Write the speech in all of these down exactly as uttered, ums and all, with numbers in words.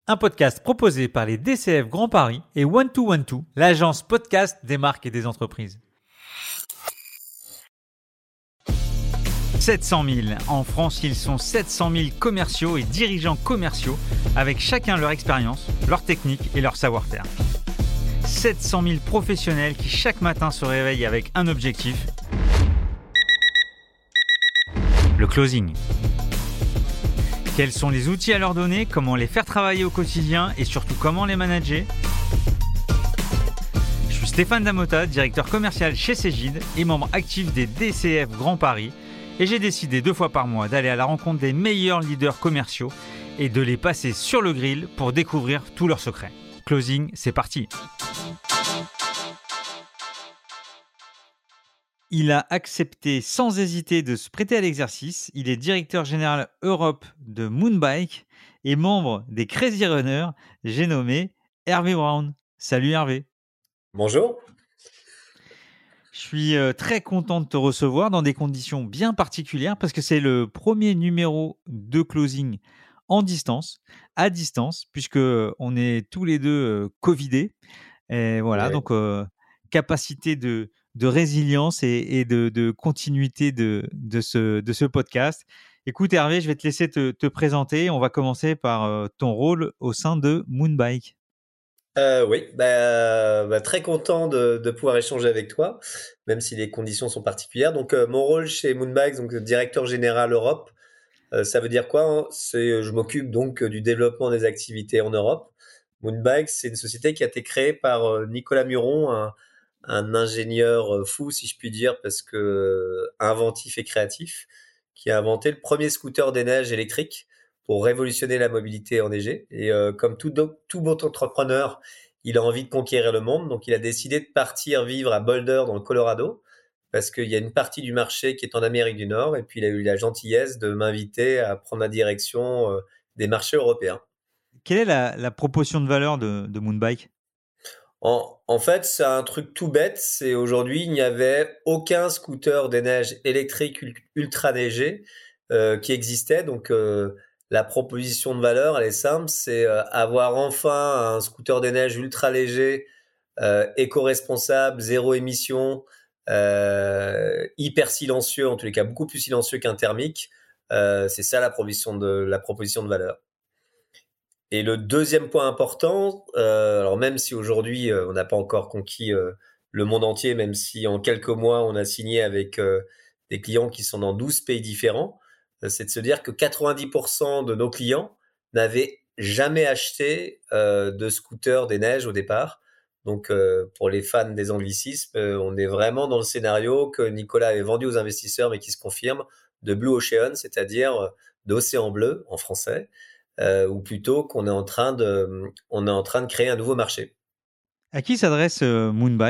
Un podcast proposé par les D C F Grand Paris et One to One to, l'agence podcast des marques et des entreprises. sept cent mille. En France, ils sont sept cent mille commerciaux et dirigeants commerciaux avec chacun leur expérience, leur technique et leur savoir-faire. sept cent mille professionnels qui chaque matin se réveillent avec un objectif, le closing. Quels sont les outils à leur donner, comment les faire travailler au quotidien et surtout comment les manager? Je suis Stéphane Damota, directeur commercial chez Cegid et membre actif des D C F Grand Paris, et j'ai décidé deux fois par mois d'aller à la rencontre des meilleurs leaders commerciaux et de les passer sur le grill pour découvrir tous leurs secrets. Closing, c'est parti! Il a accepté sans hésiter de se prêter à l'exercice. Il est directeur général Europe de Moonbike et membre des Crazy Runners. J'ai nommé Hervé Brown. Salut Hervé. Bonjour. Je suis très content de te recevoir dans des conditions bien particulières parce que c'est le premier numéro de Closing en distance, à distance, puisque on est tous les deux covidés. Et voilà, oui. donc euh, capacité de de résilience et, et de, de continuité de, de, ce, de ce podcast. Écoute Hervé, je vais te laisser te, te présenter. On va commencer par euh, ton rôle au sein de Moonbike. Euh, oui, bah, bah, très content de, de pouvoir échanger avec toi, même si les conditions sont particulières. Donc euh, mon rôle chez Moonbike, donc directeur général Europe, euh, ça veut dire quoi hein C'est, je m'occupe donc du développement des activités en Europe. Moonbike, c'est une société qui a été créée par euh, Nicolas Muron, un, un ingénieur fou, si je puis dire, parce que euh, inventif et créatif, qui a inventé le premier scooter des neiges électrique pour révolutionner la mobilité enneigée. Et euh, comme tout, tout bon entrepreneur, il a envie de conquérir le monde, donc il a décidé de partir vivre à Boulder, dans le Colorado, parce qu'il y a une partie du marché qui est en Amérique du Nord, et puis il a eu la gentillesse de m'inviter à prendre la direction euh, des marchés européens. Quelle est la, la proportion de valeur de, de Moonbike ? En, en fait, c'est un truc tout bête. C'est aujourd'hui, il n'y avait aucun scooter des neiges électrique ultra léger euh, qui existait. Donc, euh, la proposition de valeur, elle est simple. C'est euh, avoir enfin un scooter des neiges ultra léger, euh, éco-responsable, zéro émission, euh, hyper silencieux, en tous les cas beaucoup plus silencieux qu'un thermique. Euh, c'est ça la proposition de la proposition de valeur. Et le deuxième point important, euh, alors même si aujourd'hui euh, on n'a pas encore conquis euh, le monde entier, même si en quelques mois on a signé avec euh, des clients qui sont dans douze pays différents, euh, c'est de se dire que quatre-vingt-dix pour cent de nos clients n'avaient jamais acheté euh, de scooter des neiges au départ. Donc euh, pour les fans des anglicismes, euh, on est vraiment dans le scénario que Nicolas avait vendu aux investisseurs mais qui se confirme, de Blue Ocean, c'est-à-dire d'océan bleu en français. Euh, ou plutôt qu'on est en train de, on est en train de créer un nouveau marché. À qui s'adresse euh, Moonbike ?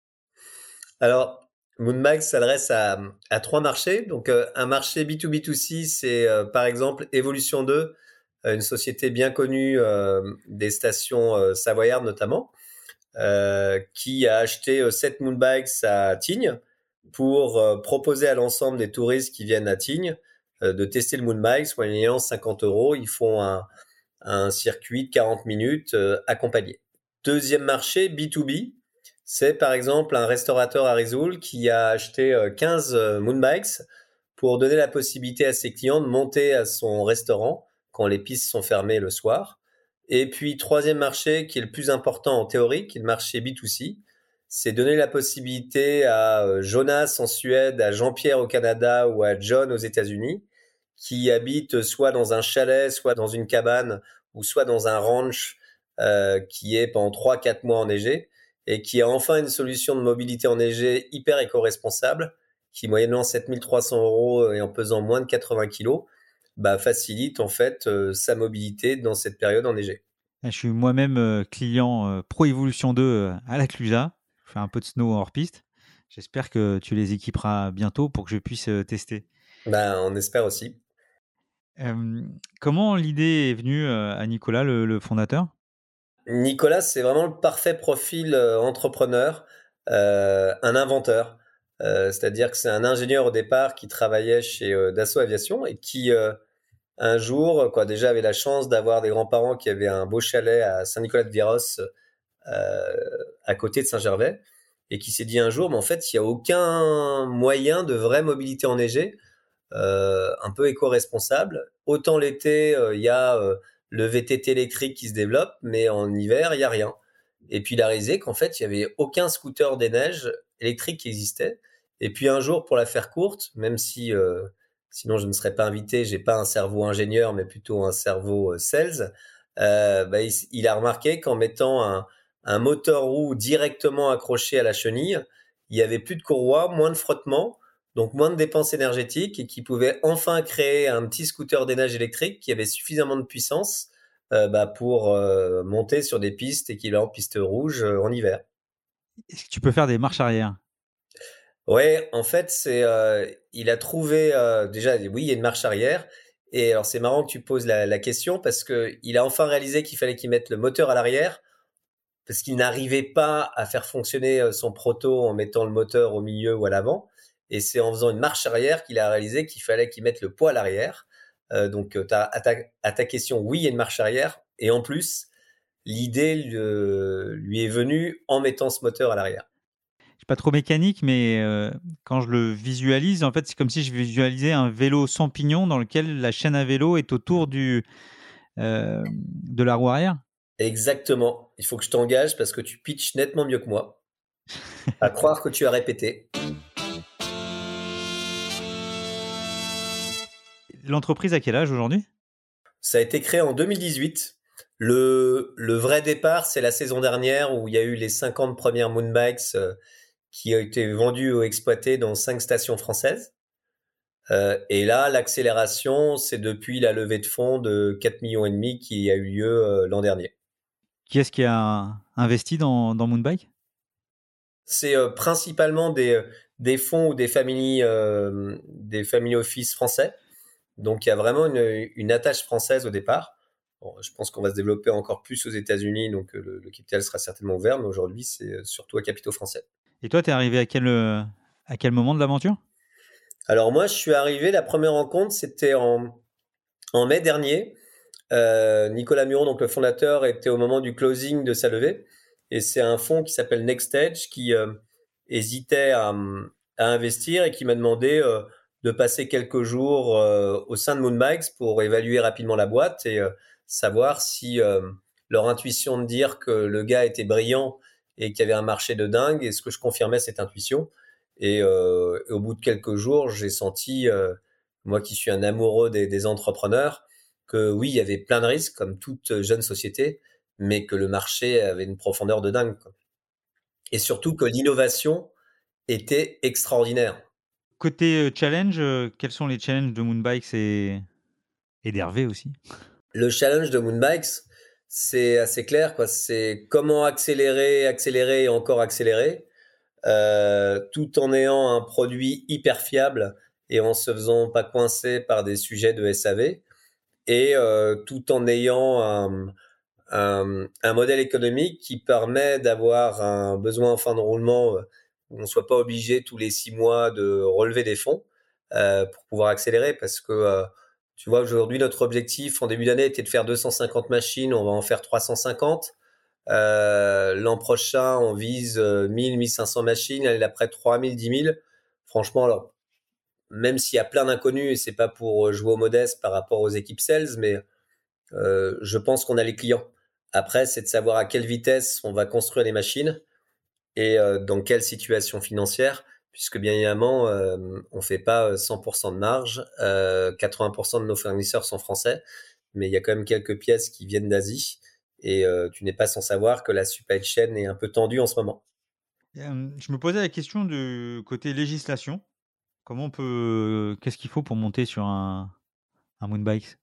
Alors, Moonbike s'adresse à, à trois marchés. Donc, euh, un marché B deux B deux C, c'est euh, par exemple Evolution deux, euh, une société bien connue euh, des stations euh, savoyardes notamment, euh, qui a acheté euh, sept Moonbikes à Tignes pour euh, proposer à l'ensemble des touristes qui viennent à Tignes euh, de tester le Moonbike, moyennant cinquante euros. Ils font un un circuit de quarante minutes euh, accompagné. Deuxième marché, B deux B, c'est par exemple un restaurateur à Risoul qui a acheté euh, quinze euh, Moonbikes pour donner la possibilité à ses clients de monter à son restaurant quand les pistes sont fermées le soir. Et puis, troisième marché, qui est le plus important en théorie, qui est le marché B deux C, c'est donner la possibilité à euh, Jonas en Suède, à Jean-Pierre au Canada ou à John aux États-Unis, qui habitent soit dans un chalet, soit dans une cabane, ou soit dans un ranch euh, qui est pendant trois à quatre mois enneigé, et qui a enfin une solution de mobilité enneigée hyper éco-responsable, qui moyennant sept mille trois cents euros et en pesant moins de quatre-vingts kilos, bah, facilite en fait euh, sa mobilité dans cette période enneigée. Je suis moi-même euh, client euh, Pro Evolution deux euh, à la Clusa. Je fais un peu de snow hors piste. J'espère que tu les équiperas bientôt pour que je puisse euh, tester. Bah, on espère aussi. Euh, comment l'idée est venue euh, à Nicolas, le, le fondateur ? Nicolas, c'est vraiment le parfait profil euh, entrepreneur, euh, un inventeur. Euh, c'est-à-dire que c'est un ingénieur au départ qui travaillait chez euh, Dassault Aviation et qui, euh, un jour, quoi, déjà avait la chance d'avoir des grands-parents qui avaient un beau chalet à Saint-Nicolas-de-Vyros, euh, à côté de Saint-Gervais, et qui s'est dit un jour, mais en fait, il n'y a aucun moyen de vraie mobilité enneigée, euh, un peu éco-responsable. Autant l'été, il euh, y a euh, le V T T électrique qui se développe, mais en hiver, il n'y a rien. Et puis il a réalisé qu'en fait, il n'y avait aucun scooter des neiges électrique qui existait. Et puis un jour, pour la faire courte, même si euh, sinon je ne serais pas invité, j'ai pas un cerveau ingénieur, mais plutôt un cerveau euh, sales, euh, bah, il, il, a remarqué qu'en mettant un, un moteur roue directement accroché à la chenille, il y avait plus de courroie, moins de frottement, donc moins de dépenses énergétiques, et qui pouvait enfin créer un petit scooter des neiges électrique qui avait suffisamment de puissance euh, bah, pour euh, monter sur des pistes équivalentes pistes rouges euh, en hiver. Est-ce que tu peux faire des marches arrière? Ouais, en fait, c'est, euh, il a trouvé euh, déjà, oui, il y a une marche arrière. Et alors, c'est marrant que tu poses la, la question parce que il a enfin réalisé qu'il fallait qu'il mette le moteur à l'arrière parce qu'il n'arrivait pas à faire fonctionner euh, son proto en mettant le moteur au milieu ou à l'avant. Et c'est en faisant une marche arrière qu'il a réalisé qu'il fallait qu'il mette le poids à l'arrière. Euh, donc, euh, t'as- à, ta, à ta question, oui, il y a une marche arrière. Et en plus, l'idée le- lui est venue en mettant ce moteur à l'arrière. Je suis pas trop mécanique, mais euh, quand je le visualise, en fait, c'est comme si je visualisais un vélo sans pignon dans lequel la chaîne à vélo est autour du, euh, de la roue arrière. Exactement. Il faut que je t'engage parce que tu pitches nettement mieux que moi. À croire que tu as répété. L'entreprise a quel âge aujourd'hui? Ça a été créé en deux mille dix-huit. Le, le vrai départ, c'est la saison dernière où il y a eu les cinquante premières Moonbikes euh, qui ont été vendues ou exploitées dans cinq stations françaises. Euh, et là, l'accélération, c'est depuis la levée de fonds de quatre millions et demi qui a eu lieu euh, l'an dernier. Qui est-ce qui a investi dans, dans Moonbike? C'est euh, principalement des, euh, des fonds ou des familles, euh, des family office français. Donc il y a vraiment une, une attache française au départ. Bon, je pense qu'on va se développer encore plus aux États-Unis, donc euh, le, le capital sera certainement ouvert, mais aujourd'hui c'est euh, surtout à capitaux français. Et toi, tu es arrivé à quel, euh, à quel moment de l'aventure? Alors moi je suis arrivé, la première rencontre c'était en, en mai dernier. Euh, Nicolas Muron, donc le fondateur, était au moment du closing de sa levée, et c'est un fonds qui s'appelle Next Stage qui euh, hésitait à, à investir et qui m'a demandé euh, de passer quelques jours euh, au sein de Moonbikes pour évaluer rapidement la boîte et euh, savoir si euh, leur intuition de dire que le gars était brillant et qu'il y avait un marché de dingue, est-ce que je confirmais cette intuition. Et, euh, et au bout de quelques jours, j'ai senti, euh, moi qui suis un amoureux des, des entrepreneurs, que oui, il y avait plein de risques, comme toute jeune société, mais que le marché avait une profondeur de dingue, quoi. Et surtout que l'innovation était extraordinaire. Côté euh, challenge, euh, quels sont les challenges de Moonbikes et, et d'Hervé aussi? Le challenge de Moonbikes, c'est assez clair, quoi. C'est comment accélérer, accélérer et encore accélérer, euh, tout en ayant un produit hyper fiable et en se faisant pas coincer par des sujets de S A V, et euh, tout en ayant un, un, un modèle économique qui permet d'avoir un besoin en fin de roulement euh, où on ne soit pas obligé tous les six mois de relever des fonds euh, pour pouvoir accélérer. Parce que, euh, tu vois, aujourd'hui, notre objectif en début d'année était de faire deux cent cinquante machines, on va en faire trois cent cinquante. Euh, l'an prochain, on vise euh, mille, mille cinq cents machines, l'année d'après trois mille, dix mille. Franchement, alors, même s'il y a plein d'inconnus, et c'est pas pour jouer au modeste par rapport aux équipes sales, mais euh, je pense qu'on a les clients. Après, c'est de savoir à quelle vitesse on va construire les machines et euh, dans quelle situation financière, puisque bien évidemment, euh, on fait pas cent pour cent de marge. Euh, quatre-vingts pour cent de nos fournisseurs sont français, mais il y a quand même quelques pièces qui viennent d'Asie. Et euh, tu n'es pas sans savoir que la supply chain est un peu tendue en ce moment. Euh, je me posais la question de côté législation. Comment on peut, qu'est-ce qu'il faut pour monter sur un, un Moonbike?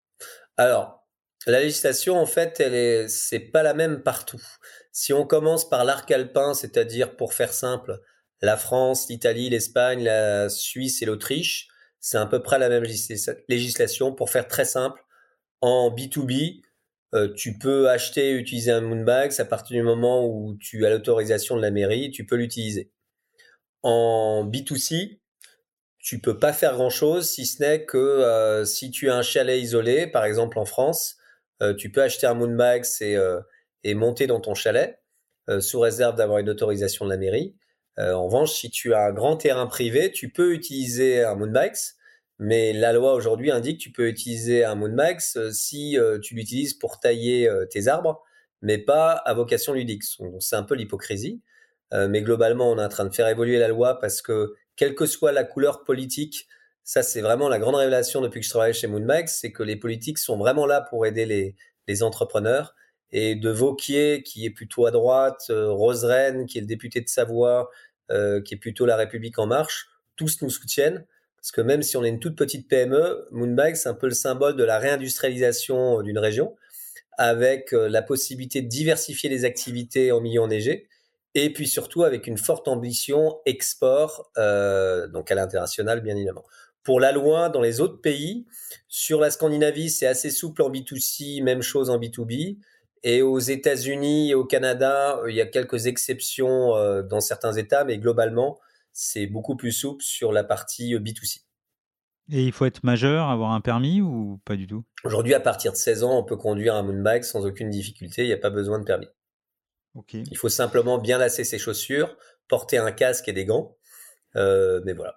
Alors, la législation, en fait, elle est, c'est pas la même partout. Si on commence par l'arc alpin, c'est-à-dire, pour faire simple, la France, l'Italie, l'Espagne, la Suisse et l'Autriche, c'est à peu près la même législation. Pour faire très simple, en B deux B, euh, tu peux acheter et utiliser un Moonbike à partir du moment où tu as l'autorisation de la mairie, tu peux l'utiliser. En B deux C, tu peux pas faire grand-chose si ce n'est que euh, si tu as un chalet isolé, par exemple en France, euh, tu peux acheter un Moonbags et, euh, et monter dans ton chalet, euh, sous réserve d'avoir une autorisation de la mairie. Euh, en revanche, si tu as un grand terrain privé, tu peux utiliser un Moonbags, mais la loi aujourd'hui indique que tu peux utiliser un Moonbags euh, si euh, tu l'utilises pour tailler euh, tes arbres, mais pas à vocation ludique. Donc c'est un peu l'hypocrisie. Euh, mais globalement, on est en train de faire évoluer la loi parce que, quelle que soit la couleur politique, ça c'est vraiment la grande révélation depuis que je travaille chez Moonbags, c'est que les politiques sont vraiment là pour aider les, les entrepreneurs. Et de Wauquiez, qui est plutôt à droite, euh, Roseraine, qui est le député de Savoie, euh, qui est plutôt La République En Marche, tous nous soutiennent. Parce que même si on est une toute petite P M E, Moonbags, c'est un peu le symbole de la réindustrialisation d'une région, avec euh, la possibilité de diversifier les activités en milieu enneigé, et puis surtout avec une forte ambition export, euh, donc à l'international bien évidemment. Pour la loi, dans les autres pays, sur la Scandinavie, c'est assez souple en B deux C, même chose en B deux B. Et aux États-Unis et au Canada, il y a quelques exceptions euh, dans certains États, mais globalement, c'est beaucoup plus souple sur la partie B deux C. Et il faut être majeur, avoir un permis ou pas du tout? Aujourd'hui, à partir de seize ans, on peut conduire un Moonbag sans aucune difficulté, il n'y a pas besoin de permis. Ok. Il faut simplement bien lasser ses chaussures, porter un casque et des gants, euh, mais voilà.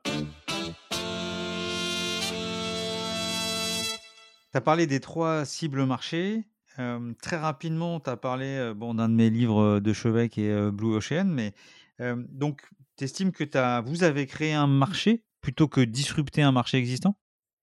Tu as parlé des trois cibles marchés. Euh, très rapidement, tu as parlé euh, bon, d'un de mes livres de chevet qui est euh, Blue Ocean. Mais, euh, donc, tu estimes que t'as, vous avez créé un marché plutôt que disrupter un marché existant?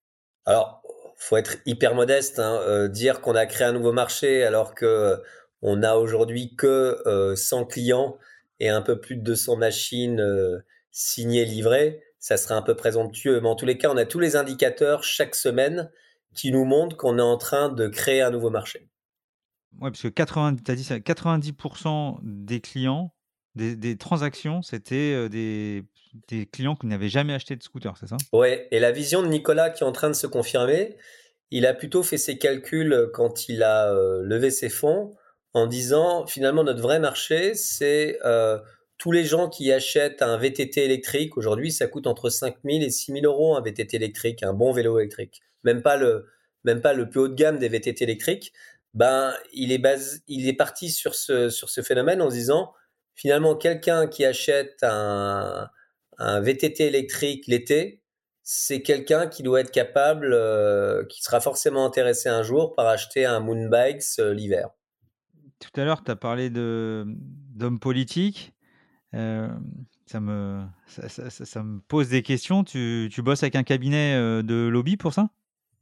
Alors, faut être hyper modeste, hein, euh, dire qu'on a créé un nouveau marché alors que euh, on a aujourd'hui que euh, cent clients et un peu plus de deux cents machines euh, signées, livrées, ça serait un peu présomptueux. Mais en tous les cas, on a tous les indicateurs chaque semaine qui nous montrent qu'on est en train de créer un nouveau marché. Oui, parce que quatre-vingts, t'as dit ça, quatre-vingt-dix pour cent des clients, des, des transactions, c'était euh, des, des clients qui n'avaient jamais acheté de scooter, c'est ça? Ouais, et la vision de Nicolas qui est en train de se confirmer, il a plutôt fait ses calculs quand il a euh, levé ses fonds en disant finalement notre vrai marché, c'est euh, tous les gens qui achètent un V T T électrique. Aujourd'hui, ça coûte entre cinq mille et six mille euros un V T T électrique, un bon vélo électrique. Même pas le, même pas le plus haut de gamme des V T T électriques. Ben, il est base, il est parti sur ce, sur ce phénomène en se disant finalement quelqu'un qui achète un, un V T T électrique l'été, c'est quelqu'un qui doit être capable, euh, qui sera forcément intéressé un jour par acheter un Moonbikes euh, l'hiver. Tout à l'heure, tu as parlé de, d'hommes politiques. Euh, ça, me, ça, ça- ça- ça me pose des questions. Tu, tu bosses avec un cabinet euh, de lobby pour ça?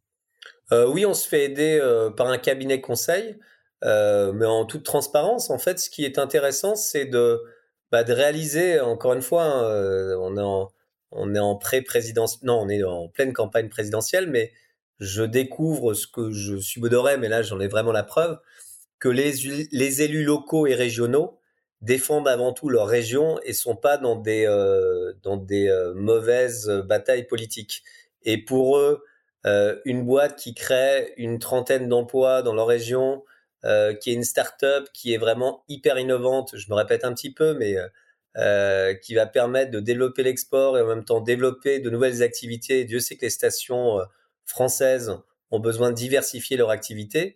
Euh, oui, on se fait aider euh, par un cabinet conseil, euh, mais en toute transparence, en fait, ce qui est intéressant, c'est de, bah, de réaliser, encore une fois, hein, euh, on est en, on est en pré-présidentielle, non, on est en pleine campagne présidentielle, mais je découvre ce que je subodorais, mais là, j'en ai vraiment la preuve, que les, les élus locaux et régionaux défendent avant tout leur région et sont pas dans des, euh, dans des euh, mauvaises batailles politiques. Et pour eux, euh, une boîte qui crée une trentaine d'emplois dans leur région, euh, qui est une start-up qui est vraiment hyper innovante, je me répète un petit peu, mais euh, qui va permettre de développer l'export et en même temps développer de nouvelles activités. Dieu sait que les stations euh, françaises ont besoin de diversifier leur activité.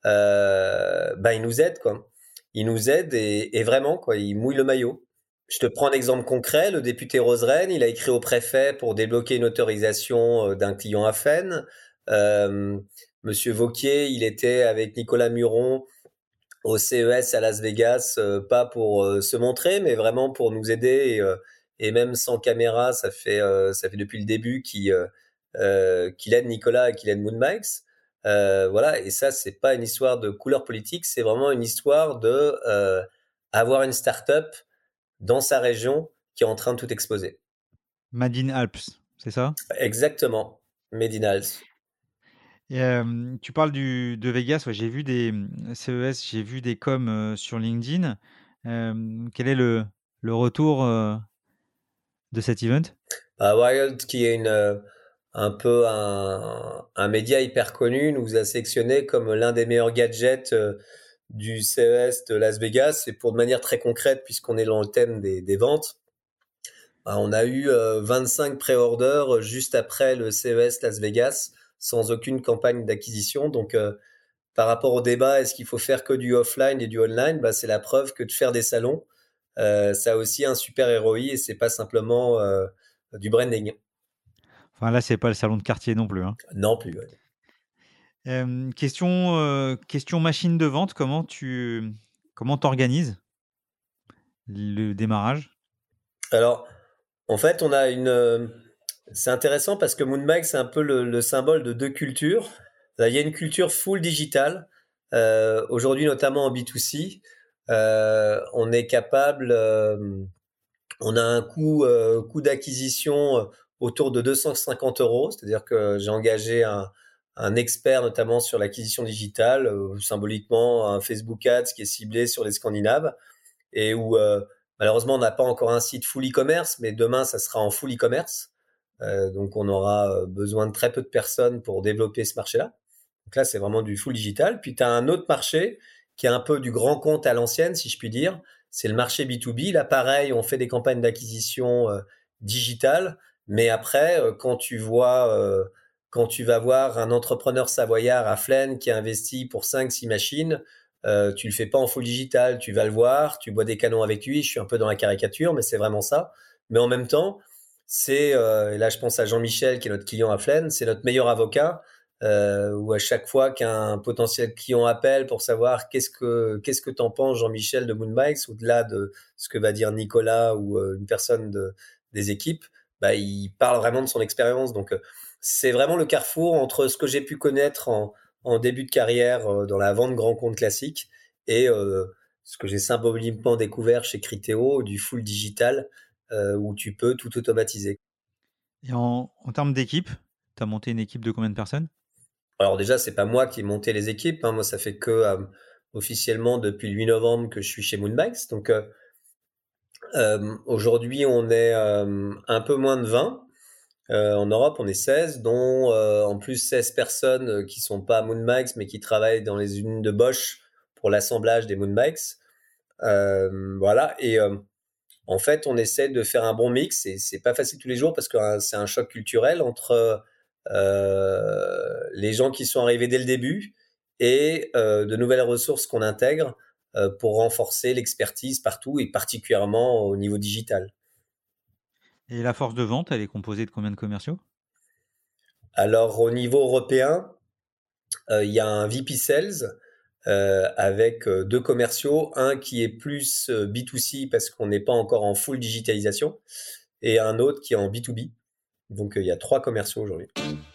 Euh, bah, ils nous aident, quoi. Ils nous aident et, et vraiment, quoi, ils mouillent le maillot. Je te prends un exemple concret. Le député Roseraine, il a écrit au préfet pour débloquer une autorisation euh, d'un client à Fenn. Euh, Monsieur Vauquier, il était avec Nicolas Muron au C E S à Las Vegas, euh, pas pour euh, se montrer, mais vraiment pour nous aider. Et, euh, et même sans caméra, ça fait, euh, ça fait depuis le début qu'il euh, euh, qu'il aide Nicolas et qu'il aide Moonbikes. Euh, voilà, et ça, c'est pas une histoire de couleur politique, c'est vraiment une histoire de euh, avoir une start-up dans sa région qui est en train de tout exploser. Madine Alps, c'est ça? Exactement, Medinals. Et, euh, tu parles du, de Vegas. Ouais, j'ai vu des mm, C E S, j'ai vu des coms euh, sur LinkedIn. Euh, quel est le, le retour euh, de cet event? Uh, Wild, qui est une, euh, un peu un, un média hyper connu, nous a sélectionné comme l'un des meilleurs gadgets euh, du C E S de Las Vegas. Et pour de manière très concrète, puisqu'on est dans le thème des, des ventes, Bah, on a eu euh, vingt-cinq pré-orders juste après le C E S Las Vegas, sans aucune campagne d'acquisition. Donc, euh, par rapport au débat, est-ce qu'il faut faire que du offline et du online? Bah, c'est la preuve que de faire des salons, euh, ça a aussi un super R O I et c'est pas simplement euh, du branding. Enfin, là, c'est pas le salon de quartier non plus, hein. Non plus. Ouais. Hem, question, heu, question machine de vente, comment tu comment t'organises le démarrage? Alors, en fait, on a une. euh, C'est intéressant parce que Moonbag, c'est un peu le, le symbole de deux cultures. Euh, Il y a une culture full digital. Euh, aujourd'hui, notamment en B deux C, euh, on est capable. euh, on a un coût, euh, coût d'acquisition euh, autour de deux cent cinquante euros. C'est-à-dire que j'ai engagé un, un expert, notamment sur l'acquisition digitale, euh, symboliquement un Facebook Ads qui est ciblé sur les Scandinaves et où euh, malheureusement on n'a pas encore un site full e-commerce, mais demain ça sera en full e-commerce. Euh, donc on aura euh, besoin de très peu de personnes pour développer ce marché-là. Donc là c'est vraiment du full digital. Puis tu as un autre marché qui est un peu du grand compte à l'ancienne, si je puis dire. C'est le marché B deux B. Là pareil, on fait des campagnes d'acquisition euh, digitale, mais après euh, quand tu vois euh, quand tu vas voir un entrepreneur savoyard à Flaine qui a investi pour cinq six machines, euh, tu le fais pas en full digital, tu vas le voir, tu bois des canons avec lui. Je suis un peu dans la caricature, mais c'est vraiment ça. Mais en même temps, c'est euh, et là je pense à Jean-Michel qui est notre client à Flaine, c'est notre meilleur avocat. Euh, où à chaque fois qu'un potentiel client appelle pour savoir qu'est-ce que qu'est-ce que t'en penses Jean-Michel de Moonbikes, au-delà de ce que va dire Nicolas ou euh, une personne de, des équipes, bah, il parle vraiment de son expérience. Donc euh, c'est vraiment le carrefour entre ce que j'ai pu connaître en, en début de carrière euh, dans la vente grand compte classique et euh, ce que j'ai symboliquement découvert chez Criteo, du full digital euh, où tu peux tout automatiser. Et en en termes d'équipe, tu as monté une équipe de combien de personnes? Alors déjà, c'est pas moi qui ai monté les équipes, hein. Moi, ça fait que euh, officiellement depuis le huit novembre que je suis chez Moonbikes. Donc euh, euh, aujourd'hui, on est euh, un peu moins de vingt. Euh, en Europe, on est seize, dont euh, en plus seize personnes euh, qui sont pas Moonbikes, mais qui travaillent dans les usines de Bosch pour l'assemblage des Moonbikes. Euh, voilà. Et euh, en fait, on essaie de faire un bon mix. Et c'est pas facile tous les jours parce que hein, c'est un choc culturel entre euh, les gens qui sont arrivés dès le début et euh, de nouvelles ressources qu'on intègre euh, pour renforcer l'expertise partout et particulièrement au niveau digital. Et la force de vente, elle est composée de combien de commerciaux? Alors au niveau européen, euh, il y a un V P Sales euh, avec euh, deux commerciaux, un qui est plus euh, B deux C parce qu'on n'est pas encore en full digitalisation et un autre qui est en B deux B. Donc euh, il y a trois commerciaux aujourd'hui.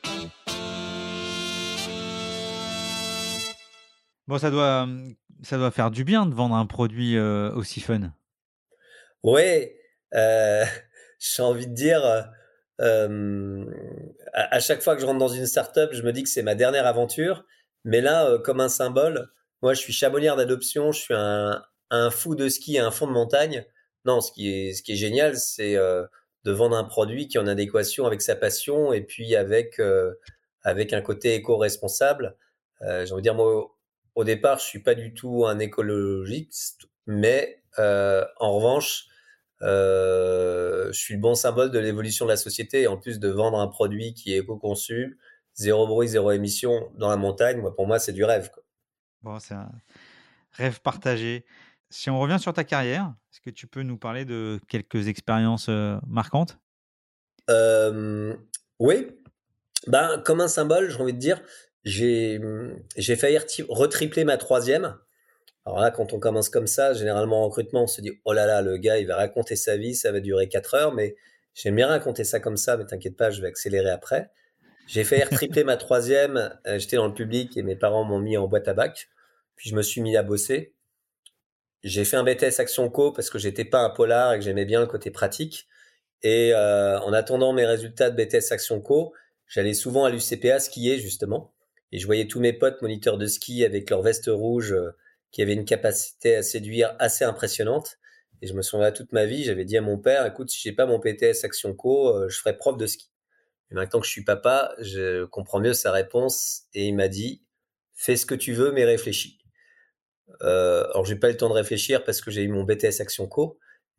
Bon, ça doit, mmh, ça doit faire du bien de vendre un produit, heu, aussi fun. Ouais, euh, j'ai envie de dire, euh, euh, à, à chaque fois que je rentre dans une startup, je me dis que c'est ma dernière aventure. Mais là, euh, comme un symbole, moi, je suis chamalière d'adoption, je suis un, un fou de ski à un fond de montagne. Non, ce qui est, ce qui est génial, c'est euh, de vendre un produit qui est en adéquation avec sa passion et puis avec, euh, avec un côté éco-responsable. Euh, j'ai envie de dire, moi, au, au départ, je suis pas du tout un écologiste, mais euh, en revanche, euh, je suis le bon symbole de l'évolution de la société et en plus de vendre un produit qui est éco-conçu, zéro bruit, zéro émission dans la montagne, moi, pour moi, c'est du rêve, quoi. Bon, c'est un rêve partagé. Si on revient sur ta carrière, est-ce que tu peux nous parler de quelques expériences, heu, marquantes? Euh, oui, ben, comme un symbole, j'ai envie de dire, j'ai, j'ai failli reti- retripler ma troisième. Alors là, quand on commence comme ça, généralement en recrutement, on se dit, oh là là, le gars, il va raconter sa vie, ça va durer quatre heures, mais j'aime bien raconter ça comme ça, mais t'inquiète pas, je vais accélérer après. J'ai failli tripler ma troisième. euh, J'étais dans le public et mes parents m'ont mis en boîte à bac. Puis je me suis mis à bosser. J'ai fait un B T S Action Co parce que j'étais pas un polar et que j'aimais bien le côté pratique. Et euh, en attendant mes résultats de B T S Action Co, j'allais souvent à l'U C P A skier justement. Et je voyais tous mes potes moniteurs de ski avec leur veste rouge euh, qui avaient une capacité à séduire assez impressionnante. Et je me souviens toute ma vie, j'avais dit à mon père, écoute, si j'ai pas mon B T S Action Co, euh, je ferai prof de ski. Et maintenant que je suis papa, je comprends mieux sa réponse et il m'a dit fais ce que tu veux mais réfléchis. Euh, alors j'ai pas eu le temps de réfléchir parce que j'ai eu mon B T S Action Co,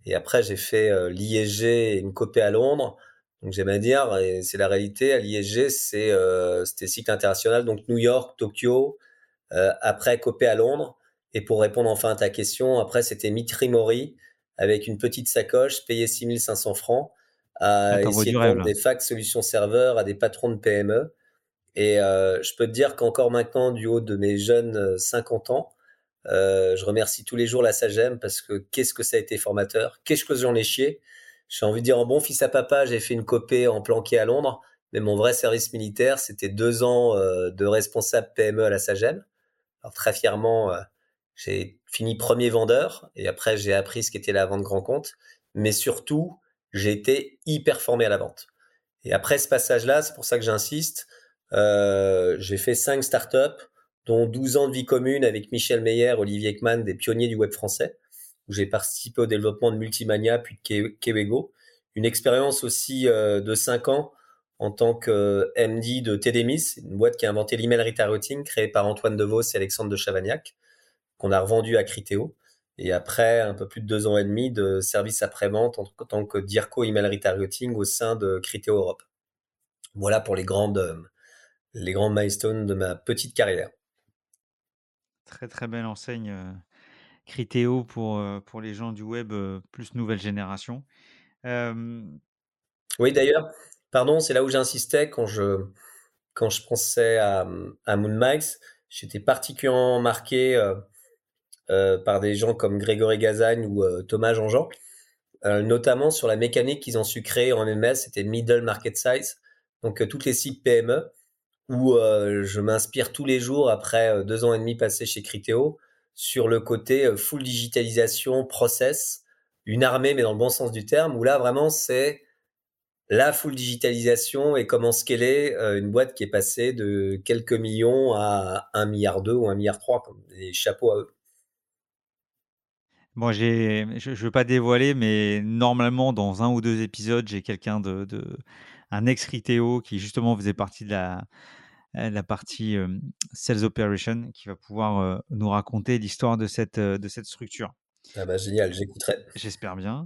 Et après, j'ai fait euh, l'I S G et une copée à Londres. Donc, j'aime à dire, et c'est la réalité, à l'I S G, c'est, euh, c'était cycle international, donc New York, Tokyo, euh, après copée à Londres. Et pour répondre enfin à ta question, après, c'était Mitri Mori avec une petite sacoche, payé six mille cinq cents francs, Ah, à t'envoies essayer du de rêve vendre là. des fax solutions serveurs à des patrons de P M E. Et euh, je peux te dire qu'encore maintenant, du haut de mes jeunes euh, cinquante ans, euh, je remercie tous les jours la Sagem parce que qu'est-ce que ça a été formateur, qu'est-ce que j'en ai chié. J'ai envie de dire en bon fils à papa, j'ai fait une copée en planqué à Londres, mais mon vrai service militaire, c'était deux ans euh, de responsable P M E à la Sagem. Alors très fièrement, euh, j'ai fini premier vendeur et après j'ai appris ce qu'était la vente grand compte, mais surtout, j'ai été hyper formé à la vente. Et après ce passage-là, c'est pour ça que j'insiste, euh, j'ai fait cinq startups, dont douze ans de vie commune avec Michel Meyer, Olivier Ekman, des pionniers du web français, où j'ai participé au développement de Multimania puis de Kewego. Une expérience aussi euh, de cinq ans en tant que M D de T D M I S, une boîte qui a inventé l'email retargeting, créée par Antoine Devos et Alexandre de Chavagnac, qu'on a revendu à Criteo. Et après un peu plus de deux ans et demi de service après-vente en tant que DIRCO email retargeting au sein de Criteo Europe. Voilà pour les grandes, euh, les grands milestones de ma petite carrière. Très très belle enseigne euh, Criteo pour, euh, pour les gens du web euh, plus nouvelle génération. Euh, Oui, d'ailleurs, pardon, c'est là où j'insistais quand je, quand je pensais à, à MoonMax. J'étais particulièrement marqué euh, euh, par des gens comme Grégory Gazagne ou euh, Thomas Jean-Jean, euh, notamment sur la mécanique qu'ils ont su créer en M S, c'était Middle Market Size, donc euh, toutes les cibles P M E, où euh, je m'inspire tous les jours après euh, deux ans et demi passés chez Criteo sur le côté euh, full digitalisation, process, une armée mais dans le bon sens du terme, où là vraiment c'est la full digitalisation et comment scaler euh, une boîte qui est passée de quelques millions à un milliard deux ou un milliard trois, comme des chapeaux à eux. Bon, j'ai, je ne veux pas dévoiler, mais normalement, dans un ou deux épisodes, j'ai quelqu'un de, de un ex-Criteo qui justement faisait partie de la, euh, la partie euh, Sales Operation, qui va pouvoir euh, nous raconter l'histoire de cette, euh, de cette structure. Ah bah génial, j'écouterai. J'espère bien.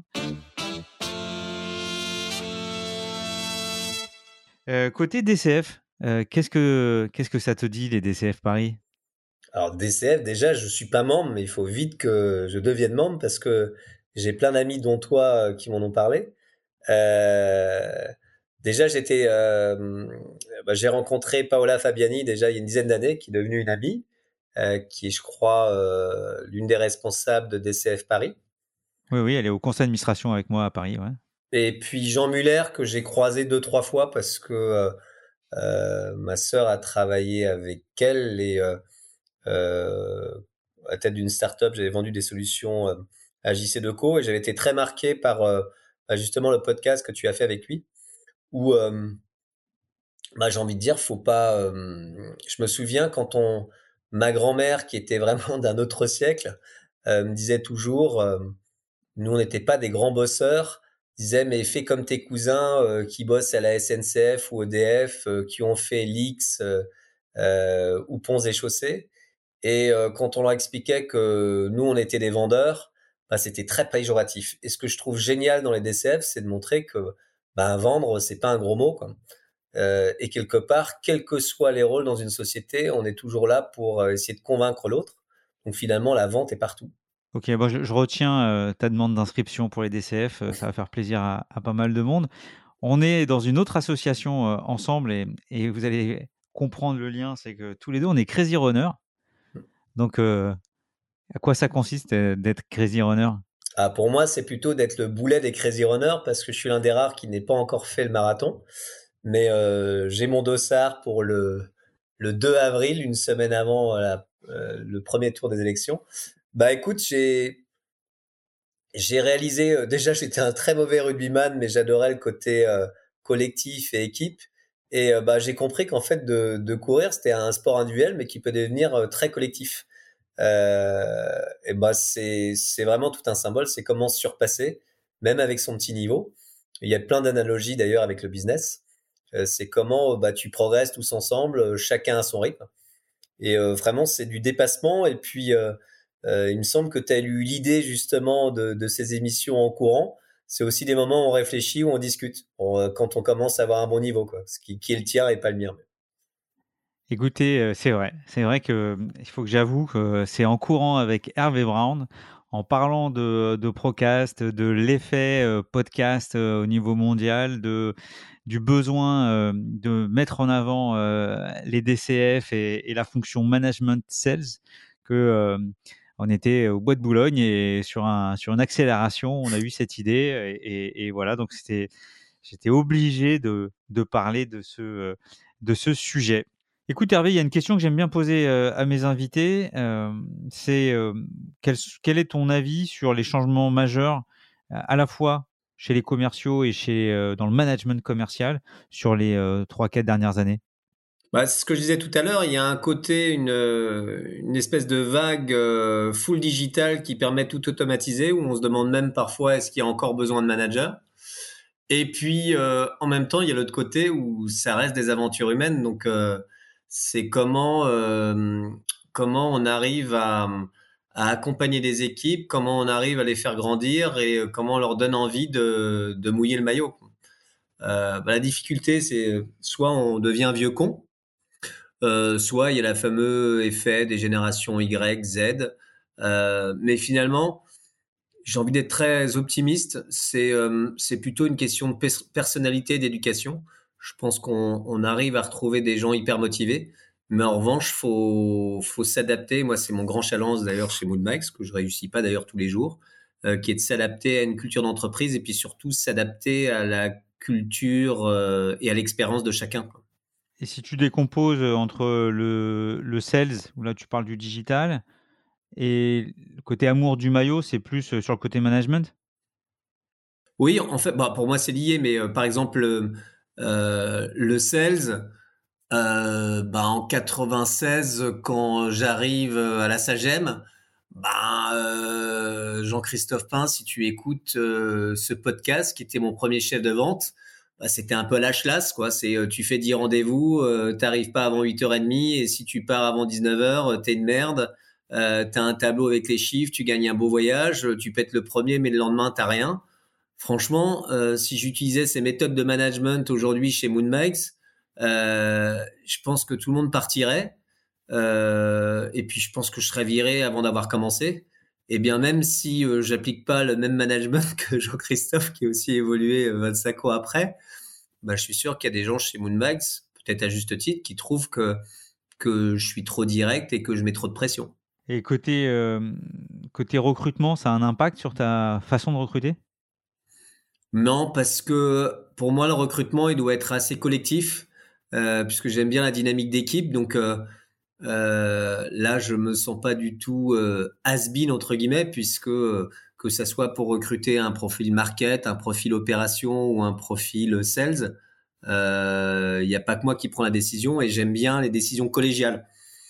Euh, côté D C F, euh, qu'est-ce que, qu'est-ce que ça te dit, les D C F Paris? Alors D C F, déjà, je suis pas membre, mais il faut vite que je devienne membre parce que j'ai plein d'amis, dont toi, euh, qui m'en ont parlé. Euh, déjà, j'étais, euh, bah, j'ai rencontré Paola Fabiani déjà il y a une dizaine d'années, qui est devenue une amie, euh, qui est, je crois, euh, l'une des responsables de D C F Paris. Oui, oui, elle est au conseil d'administration avec moi à Paris, ouais. Et puis Jean Muller, que j'ai croisé deux, trois fois parce que euh, euh, ma sœur a travaillé avec elle et euh, euh, à la tête d'une start-up, j'avais vendu des solutions euh, à J C Deco et j'avais été très marqué par euh, bah, justement le podcast que tu as fait avec lui, où euh, bah, j'ai envie de dire, faut pas. Euh, je me souviens quand on, ma grand-mère, qui était vraiment d'un autre siècle, euh, me disait toujours, euh, nous on n'était pas des grands bosseurs, disait mais fais comme tes cousins euh, qui bossent à la S N C F ou E D F, euh, qui ont fait l'X euh, euh, ou Ponts et Chaussées. Et euh, quand on leur expliquait que nous, on était des vendeurs, bah, c'était très péjoratif. Et ce que je trouve génial dans les D C F, c'est de montrer que bah, vendre, c'est pas un gros mot, quoi. Euh, et quelque part, quels que soient les rôles dans une société, on est toujours là pour euh, essayer de convaincre l'autre. Donc finalement, la vente est partout. Ok, bon, je, je retiens euh, ta demande d'inscription pour les D C F, euh, ça va faire plaisir à, à pas mal de monde. On est dans une autre association euh, ensemble et, et vous allez comprendre le lien, c'est que tous les deux, on est Crazy Runner. Donc, euh, à quoi ça consiste euh, d'être Crazy Runner? Ah, pour moi, c'est plutôt d'être le boulet des Crazy Runners parce que je suis l'un des rares qui n'ait pas encore fait le marathon. Mais euh, j'ai mon dossard pour le, le deux avril, une semaine avant euh, la- euh, le premier tour des élections. Bah écoute, j'ai j'ai réalisé, euh, déjà j'étais un très mauvais rugbyman, mais j'adorais le côté euh, collectif et équipe. Et euh, bah j'ai compris qu'en fait de, de courir, c'était un sport individuel, mais qui peut devenir euh, très collectif. Euh, et bah c'est c'est vraiment tout un symbole, c'est comment se surpasser, même avec son petit niveau. Il y a plein d'analogies d'ailleurs avec le business. Euh, c'est comment bah tu progresses tous ensemble, euh, chacun à son rythme. Et euh, vraiment c'est du dépassement et puis euh, Euh, il me semble que tu as eu l'idée justement de, de ces émissions en courant. C'est aussi des moments où on réfléchit, où on discute, on- quand on commence à avoir un bon niveau, quoi. Ce qui, qui est le tien et pas le mien. Écoutez, heu, c'est vrai. C'est vrai que, mmh, il faut que j'avoue que c'est en courant avec Hervé Brown, en parlant de de Procast, de l'effet, heu, podcast, heu, au niveau mondial, de du besoin, hem, de mettre en avant, heu, les D C F et et la fonction management sales que, hem, on était au bois de Boulogne et sur un sur une accélération, on a eu cette idée et et et voilà, donc c'était j'étais obligé de de parler de ce, heu, de ce sujet. Écoute Hervé, il y a une question que j'aime bien poser, heu, à mes invités, hem, c'est, hem, quel s quel est ton avis sur les changements majeurs, à à la fois chez les commerciaux et chez, heu, dans le management commercial sur les, heu, trois quatre dernières années? Bah, c'est ce que je disais tout à l'heure, il y a un côté, une, euh, une espèce de vague euh, full digital qui permet tout automatiser, où on se demande même parfois est-ce qu'il y a encore besoin de managers. Et puis, euh, en même temps, il y a l'autre côté où ça reste des aventures humaines. Donc, euh, c'est comment, euh, comment on arrive à, à accompagner des équipes, comment on arrive à les faire grandir et euh, comment on leur donne envie de, de mouiller le maillot. Euh, bah, la difficulté, c'est euh, soit on devient vieux con, euh, soit il y a le fameux effet des générations Y, Z. Euh, mais finalement, j'ai envie d'être très optimiste. C'est euh, c'est plutôt une question de pers- personnalité et d'éducation. Je pense qu'on on arrive à retrouver des gens hyper motivés. Mais en revanche, faut faut s'adapter. Moi, c'est mon grand challenge d'ailleurs chez Moonmax, que je réussis pas d'ailleurs tous les jours, euh, qui est de s'adapter à une culture d'entreprise et puis surtout s'adapter à la culture euh, et à l'expérience de chacun, quoi. Et si tu décomposes, heu, entre le le sales, où là tu parles du digital et le côté amour du maillot, c'est plus, heu, sur le côté management? Oui, en fait, bah, pour moi, c'est lié, mais euh, par exemple, euh, euh, le sales, euh, bah, en quatre-vingt-seize, quand j'arrive à la Sagem, bah, euh, Jean-Christophe Pain, si tu écoutes euh, ce podcast, qui était mon premier chef de vente, bah, c'était un peu lâche-lasse, quoi. C'est euh, tu fais dix rendez-vous, euh, t'arrives pas avant huit heures trente, et si tu pars avant dix-neuf heures, euh, t'es une merde. Euh, t'as un tableau avec les chiffres, tu gagnes un beau voyage, tu pètes le premier, mais le lendemain, t'as rien. Franchement, euh, si j'utilisais ces méthodes de management aujourd'hui chez Moonmax, euh, je pense que tout le monde partirait. Euh, et puis, je pense que je serais viré avant d'avoir commencé. Et bien, même si euh, j'applique pas le même management que Jean-Christophe, qui a aussi évolué euh, vingt-cinq ans après, bah, je suis sûr qu'il y a des gens chez Moonmax, peut-être à juste titre, qui trouvent que, que je suis trop direct et que je mets trop de pression. Et côté, hem, côté recrutement, ça a un impact sur ta façon de recruter? Non, parce que pour moi, le recrutement, il doit être assez collectif, euh, puisque j'aime bien la dynamique d'équipe. Donc euh, euh, là, je me sens pas du tout euh, has-been, entre guillemets, puisque euh, que ça soit pour recruter un profil market, un profil opération ou un profil sales, euh, il n'y a pas que moi qui prends la décision et j'aime bien les décisions collégiales.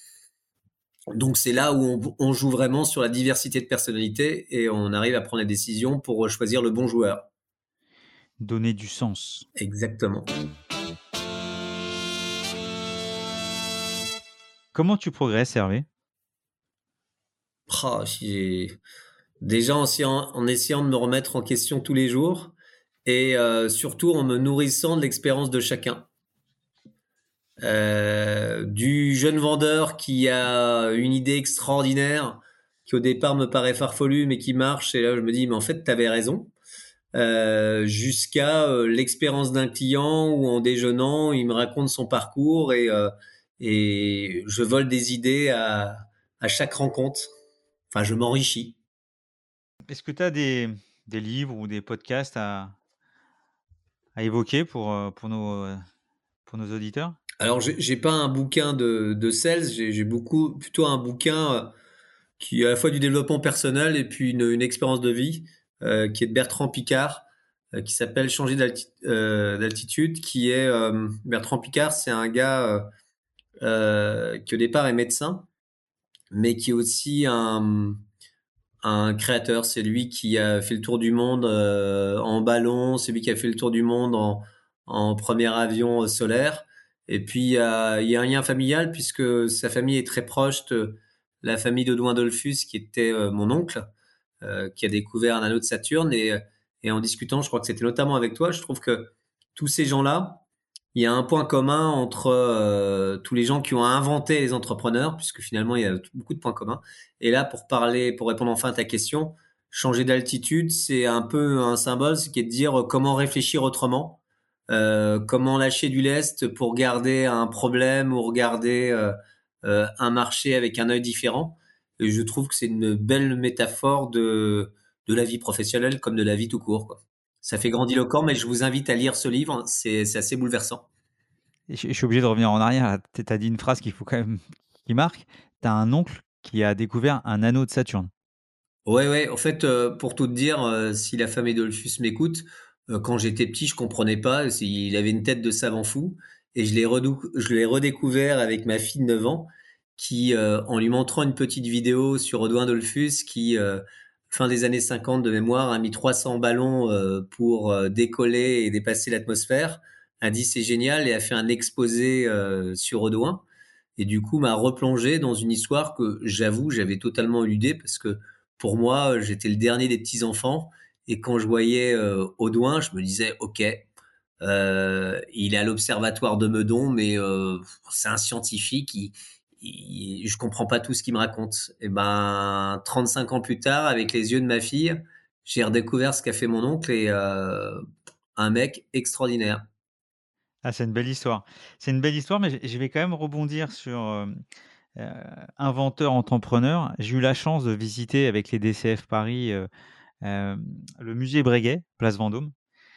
Donc c'est là où on, on joue vraiment sur la diversité de personnalités et on arrive à prendre les décisions pour choisir le bon joueur. Donner du sens. Exactement. Comment tu progresses, Hervé? Ah, j'ai déjà en, essayant- en essayant de me remettre en question tous les jours et euh, surtout en me nourrissant de l'expérience de chacun. Euh, du jeune vendeur qui a une idée extraordinaire, qui au départ me paraît farfelue mais qui marche, et là je me dis mais en fait t'avais raison, euh, jusqu'à euh, l'expérience d'un client où en déjeunant il me raconte son parcours et, euh, et je vole des idées à, à chaque rencontre. Enfin, je m'enrichis. Est-ce que tu as des des livres ou des podcasts à à évoquer pour, heu, pour nos, heu, pour nos auditeurs? Alors, j'ai j'ai pas un bouquin de, de sales, j'ai j'ai beaucoup plutôt un bouquin euh, qui est à la fois du développement personnel et puis une, une expérience de vie, euh, qui est de Bertrand Picard, euh, qui s'appelle Changer d'alti- euh, d'altitude, qui est euh, Bertrand Picard, c'est un gars euh, euh, qui au départ est médecin, mais qui est aussi un, un créateur. C'est lui qui a fait le tour du monde euh, en ballon, c'est lui qui a fait le tour du monde en, en premier avion solaire. Et puis il y a, il y a un lien familial puisque sa famille est très proche de la famille d'Audouin-Dollfus, qui était euh, mon oncle, euh, qui a découvert un anneau de Saturne. Et, et en discutant, je crois que c'était notamment avec toi, je trouve que tous ces gens-là, il y a un point commun entre euh, tous les gens qui ont inventé les entrepreneurs, puisque finalement, il y a beaucoup de points communs. Et là, pour parler, pour répondre enfin à ta question, changer d'altitude, c'est un peu un symbole, ce qui est de dire comment réfléchir autrement, euh, comment lâcher du lest pour regarder un problème ou regarder euh, euh, un marché avec un œil différent. Et je trouve que c'est une belle métaphore de, de la vie professionnelle comme de la vie tout court, quoi. Ça fait grandiloquent, mais je vous invite à lire ce livre, c'est c'est assez bouleversant. Et je je suis obligé de revenir en arrière. Tu as dit une phrase qu'il faut quand même qui marque. Tu as un oncle qui a découvert un anneau de Saturne. Ouais, ouais. En fait, euh, pour tout te dire, euh, si la famille Dolphus m'écoute, euh, quand j'étais petit, je comprenais pas. c'est- Il avait une tête de savant fou, et je l'ai redou- je l'ai redécouvert avec ma fille de neuf ans, qui, euh, en lui montrant une petite vidéo sur Audouin Dollfus, qui, euh, fin des années cinquante de mémoire, a mis trois cents ballons euh, pour euh, décoller et dépasser l'atmosphère, a dit c'est génial et a fait un exposé euh, sur Audouin. Et du coup, m'a replongé dans une histoire que j'avoue, j'avais totalement éludée parce que pour moi, j'étais le dernier des petits-enfants. Et quand je voyais euh, Audouin, je me disais, OK, euh, il est à l'observatoire de Meudon, mais euh, c'est un scientifique, il, il, je comprends pas tout ce qu'il me raconte. Et ben, trente-cinq ans plus tard, avec les yeux de ma fille, j'ai redécouvert ce qu'a fait mon oncle et euh, un mec extraordinaire. Ah, c'est une belle histoire. C'est une belle histoire, mais je je vais quand même rebondir sur, hem, heu, inventeur, entrepreneur. J'ai eu la chance de visiter avec les D C F Paris, heu, hem, le musée Breguet, place Vendôme.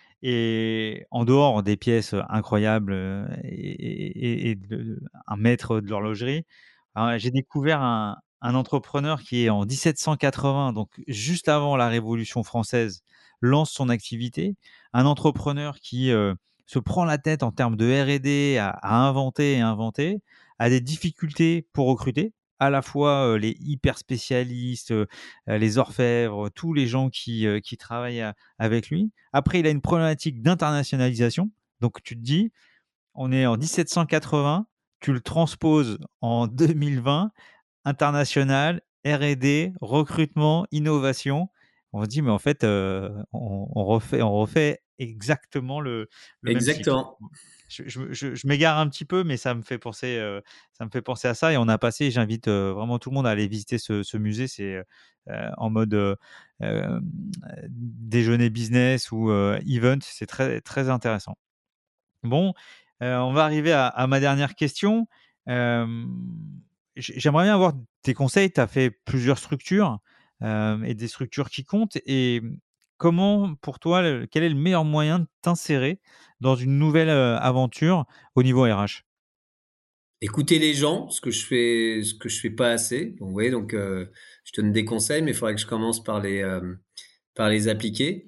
Et en dehors des pièces incroyables, heu, et et et de un maître de l'horlogerie, hein, j'ai découvert un un entrepreneur qui, en dix-sept cent quatre-vingts, donc juste avant la Révolution française, lance son activité. Un entrepreneur qui, heu, se prend la tête en termes de R et D à à inventer et inventer, a des difficultés pour recruter, à la fois, heu, les hyper spécialistes, heu, les orfèvres, tous les gens qui, heu, qui travaillent a avec lui. Après, il a une problématique d'internationalisation. Donc tu te dis, on est en dix-sept cent quatre-vingts, tu le transposes en deux mille vingt, international, R et D, recrutement, innovation. On se dit, mais en fait, heu, on on refait on refait exactement le le même cycle. Exactement. Je je je je m'égare un petit peu, mais ça me fait penser, heu, ça me fait penser à ça. Et on a passé j'invite, heu, vraiment tout le monde à aller visiter ce ce musée. C'est, heu en mode, heu, hem, déjeuner business ou, heu, event. C'est très, très intéressant. Bon, heu, on va arriver à à ma dernière question. Hem, j'ai j'aimerais bien avoir tes conseils. Tu as fait plusieurs structures, hem et des structures qui comptent. Et mmh, comment pour toi, le quel est le meilleur moyen de t'insérer dans une nouvelle, heu, aventure au niveau R H? Écouter les gens, ce que je fais ce que je fais pas assez. Donc, vous voyez, donc, heu, je te donne des conseils, mais il faudrait que je commence par les, hem, par les appliquer.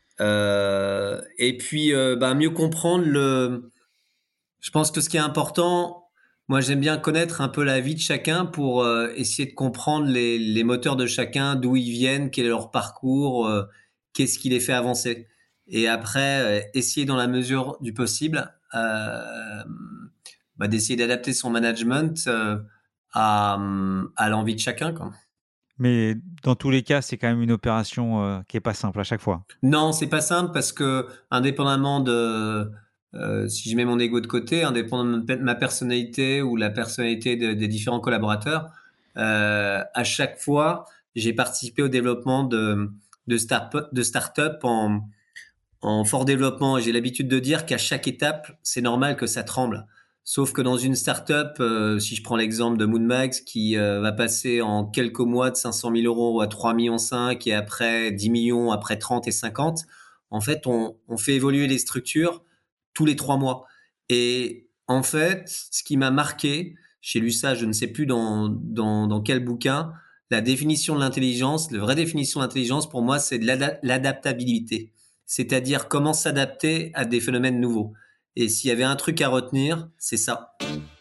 Heu et puis, heu, bah, mieux comprendre le je pense que ce qui est important, moi, j'aime bien connaître un peu la vie de chacun pour, heu, essayer de comprendre les les moteurs de chacun, d'où ils viennent, quel est leur parcours, heu, qu'est-ce qui les fait avancer? Et après, heu, essayer dans la mesure du possible, hem, bah, d'essayer d'adapter son management, heu, à, mmh, à l'envie de chacun, quoi. Mais dans tous les cas, c'est quand même une opération, heu, qui est pas simple à chaque fois. Non, c'est pas simple parce que indépendamment de, heu, si je mets mon ego de côté, indépendamment de ma personnalité ou la personnalité de des différents collaborateurs, heu, à chaque fois, j'ai participé au développement de de start de start-up en en fort développement. Et j'ai l'habitude de dire qu'à chaque étape, c'est normal que ça tremble. Sauf que dans une start-up, euh, si je prends l'exemple de Moonmax, qui euh, va passer en quelques mois de cinq cent mille euros à trois virgule cinq millions et après dix millions, après trente et cinquante, en fait, on, on fait évoluer les structures tous les trois mois. Et en fait, ce qui m'a marqué, j'ai lu ça, je ne sais plus dans, dans, dans quel bouquin, la définition de l'intelligence, la vraie définition de l'intelligence, pour moi, c'est de l'ada- l'adaptabilité, c'est-à-dire comment s'adapter à des phénomènes nouveaux. Et s'il y avait un truc à retenir, c'est ça.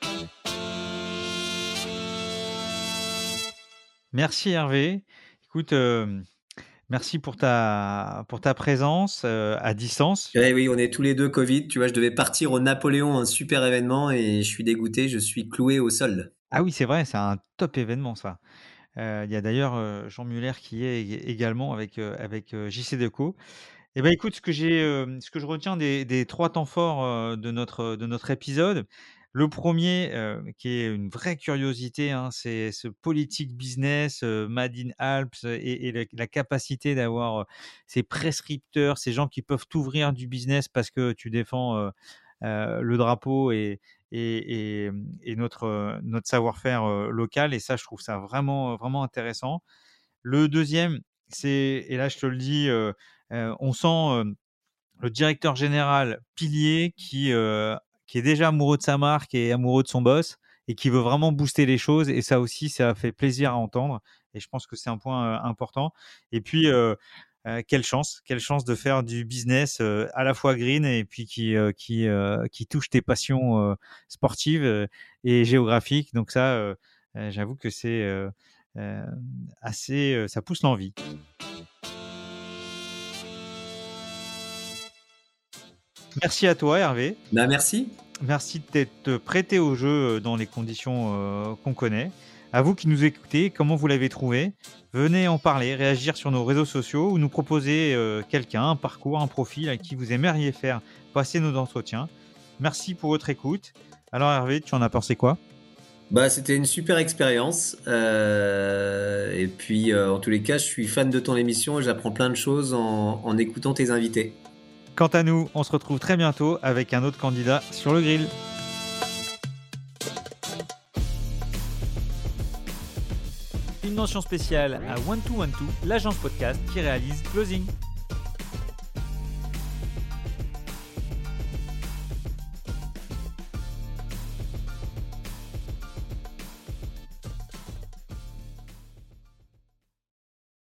Merci Hervé. Écoute, hem, merci pour ta pour ta présence, heu, à distance. Eh oui, on est tous les deux Covid. Tu vois, je devais partir au Napoléon, un super événement, et je suis dégoûté, je suis cloué au sol. Ah oui, c'est vrai, c'est un top événement ça. Heu, il y a d'ailleurs, heu, Jean Muller qui y est ég également avec, heu, avec, heu, J C Decaux. Et bah, écoute, ce que j'ai, hem, ce que je retiens des des trois temps forts, heu, de notre, de notre épisode, le premier, heu, qui est une vraie curiosité, hein, c'est ce politique business, heu, Made in Alps et et la la capacité d'avoir, heu, ces prescripteurs, ces gens qui peuvent t'ouvrir du business parce que tu défends, heu heu, le drapeau et et et hem et notre, heu, notre savoir-faire, heu, local et ça, je trouve ça vraiment, vraiment intéressant. Le deuxième, c'est et là, je te le dis, heu heu, on sent, hem, le directeur général pilier qui, heu, qui est déjà amoureux de sa marque et amoureux de son boss et qui veut vraiment booster les choses et ça aussi, ça fait plaisir à entendre et je pense que c'est un point, heu, important et puis, heu heu, quelle chance, quelle chance de faire du business, heu, à la fois green et puis qui, heu qui, heu, qui touche tes passions, heu, sportives, heu et géographiques donc ça, heu heu, j'avoue que c'est, heu, hem, assez, heu, ça pousse l'envie. Merci à toi Hervé. Bah, merci. Merci de t'être prêté au jeu, heu, dans les conditions, heu, qu'on connaît. À vous qui nous écoutez, comment vous l'avez trouvé? Venez en parler, réagir sur nos réseaux sociaux ou nous proposer, heu, quelqu'un, un parcours, un profil à qui vous aimeriez faire passer nos entretiens. Merci pour votre écoute. Alors Hervé, tu en as pensé quoi? Bah, c'était une super expérience. Euh, et puis, euh, en tous les cas, je suis fan de ton émission et j'apprends plein de choses en, en écoutant tes invités. Quant à nous, on se retrouve très bientôt avec un autre candidat sur le grill. Une mention spéciale à one two one two, l'agence podcast qui réalise Closing.